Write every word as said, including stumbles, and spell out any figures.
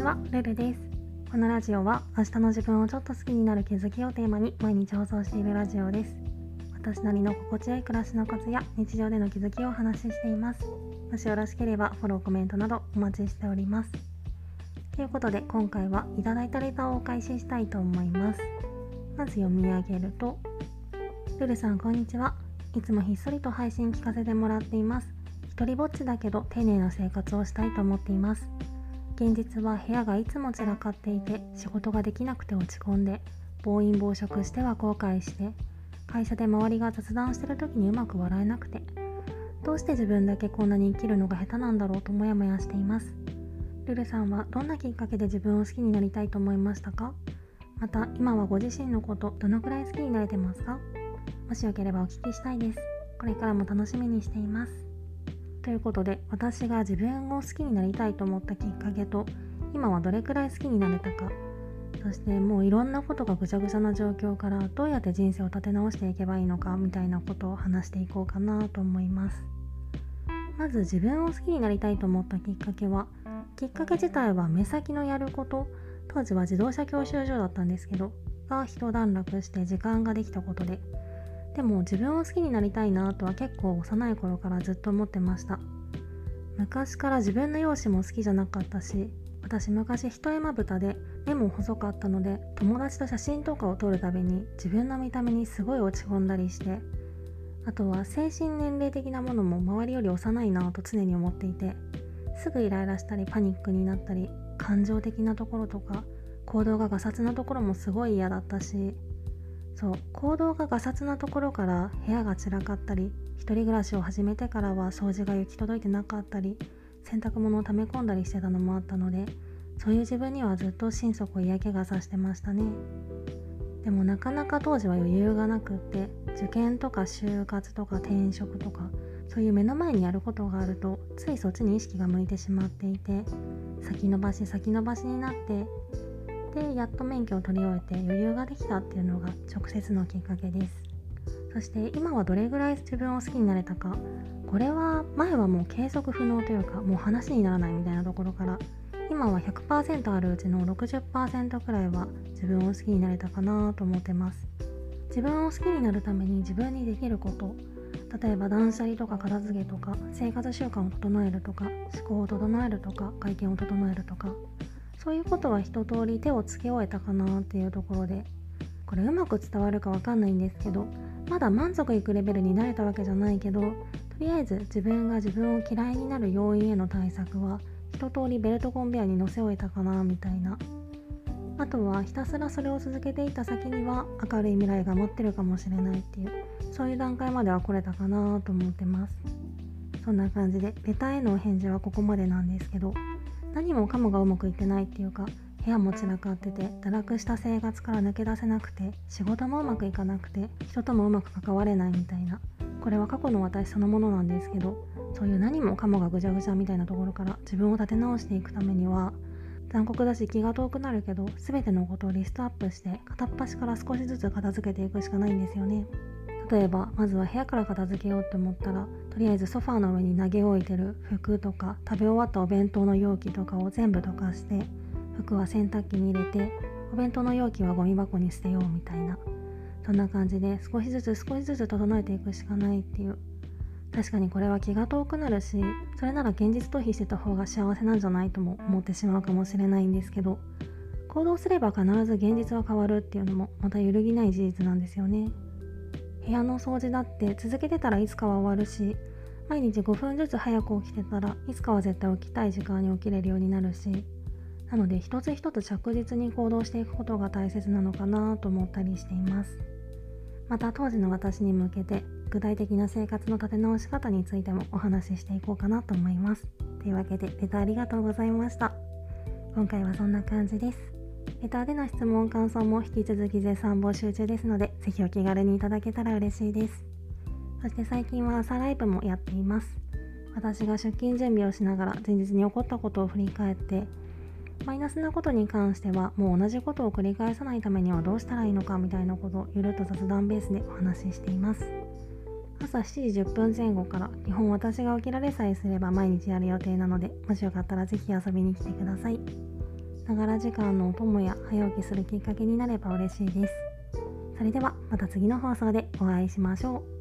は、ルルです。このラジオは明日の自分をちょっと好きになる気づきをテーマに毎日放送しているラジオです。私なりの心地よい暮らしのコツや日常での気づきをお話ししています。もしよろしければフォロー、コメントなどお待ちしております。ということで今回はいただいたレターをお返ししたいと思います。まず読み上げると、ルルさんこんにちは。いつもひっそりと配信聞かせてもらっています。一人ぼっちだけど丁寧な生活をしたいと思っています。現実は部屋がいつも散らかっていて、仕事ができなくて落ち込んで、暴飲暴食しては後悔して、会社で周りが雑談してる時にうまく笑えなくて、どうして自分だけこんなに生きるのが下手なんだろうともやもやしています。ルルさんはどんなきっかけで自分を好きになりたいと思いましたか？また今はご自身のことどのくらい好きになれてますか？もしよければお聞きしたいです。これからも楽しみにしています。ということで、私が自分を好きになりたいと思ったきっかけと、今はどれくらい好きになれたか、そしてもういろんなことがぐちゃぐちゃな状況からどうやって人生を立て直していけばいいのかみたいなことを話していこうかなと思います。まず自分を好きになりたいと思ったきっかけは、きっかけ自体は目先のやること、当時は自動車教習所だったんですけど、が一段落して時間ができたことで、でも自分を好きになりたいなとは結構幼い頃からずっと思ってました。昔から自分の容姿も好きじゃなかったし、私昔一重まぶたで目も細かったので、友達と写真とかを撮るたびに自分の見た目にすごい落ち込んだりして、あとは精神年齢的なものも周りより幼いなと常に思っていて、すぐイライラしたりパニックになったり、感情的なところとか行動がガサツなところもすごい嫌だったし、そう行動がガサツなところから部屋が散らかったり、一人暮らしを始めてからは掃除が行き届いてなかったり、洗濯物を溜め込んだりしてたのもあったので、そういう自分にはずっと心底嫌気がさしてましたね。でもなかなか当時は余裕がなくって、受験とか就活とか転職とか、そういう目の前にやることがあるとついそっちに意識が向いてしまっていて、先延ばし先延ばしになって、でやっと免許を取り終えて余裕ができたっていうのが直接のきっかけです。そして今はどれぐらい自分を好きになれたか、これは前はもう計測不能というかもう話にならないみたいなところから、今は ひゃくパーセント あるうちの ろくじゅっパーセント くらいは自分を好きになれたかなと思ってます。自分を好きになるために自分にできること、例えば断捨離とか片付けとか生活習慣を整えるとか思考を整えるとか外見を整えるとか、そういうことは一通り手をつけ終えたかなっていうところで、これうまく伝わるかわかんないんですけど、まだ満足いくレベルになれたわけじゃないけど、とりあえず自分が自分を嫌いになる要因への対策は一通りベルトコンベヤーに乗せ終えたかなみたいな。あとはひたすらそれを続けていった先には明るい未来が待ってるかもしれないっていう、そういう段階までは来れたかなと思ってます。そんな感じでレターへのお返事はここまでなんですけど、何もかもがうまくいってないっていうか、部屋も散らかってて堕落した生活から抜け出せなくて、仕事もうまくいかなくて人ともうまく関われないみたいな、これは過去の私そのものなんですけど、そういう何もかもがぐちゃぐちゃみたいなところから自分を立て直していくためには、残酷だし気が遠くなるけど、全てのことをリストアップして片っ端から少しずつ片付けていくしかないんですよね。例えばまずは部屋から片付けようと思ったら、とりあえずソファーの上に投げ置いてる服とか食べ終わったお弁当の容器とかを全部どかして、服は洗濯機に入れて、お弁当の容器はゴミ箱に捨てようみたいな、そんな感じで少しずつ少しずつ整えていくしかないっていう。確かにこれは気が遠くなるし、それなら現実逃避してた方が幸せなんじゃないとも思ってしまうかもしれないんですけど、行動すれば必ず現実は変わるっていうのもまた揺るぎない事実なんですよね。部屋の掃除だって続けてたらいつかは終わるし、毎日ごふんずつ早く起きてたらいつかは絶対起きたい時間に起きれるようになるし、なので一つ一つ着実に行動していくことが大切なのかなと思ったりしています。また当時の私に向けて具体的な生活の立て直し方についてもお話ししていこうかなと思います。というわけでレターありがとうございました。今回はそんな感じです。レターでの質問感想も引き続き絶賛募集中ですので、ぜひお気軽にいただけたら嬉しいです。そして最近は朝ライブもやっています。私が出勤準備をしながら前日に起こったことを振り返って、マイナスなことに関してはもう同じことを繰り返さないためにはどうしたらいいのかみたいなことをゆるっと雑談ベースでお話ししています。朝しちじじゅっぷんぜん後から基本私が起きられさえすれば毎日やる予定なので、もしよかったらぜひ遊びに来てください。 ながら時間のお供や早起きするきっかけになれば嬉しいです。それではまた次の放送でお会いしましょう。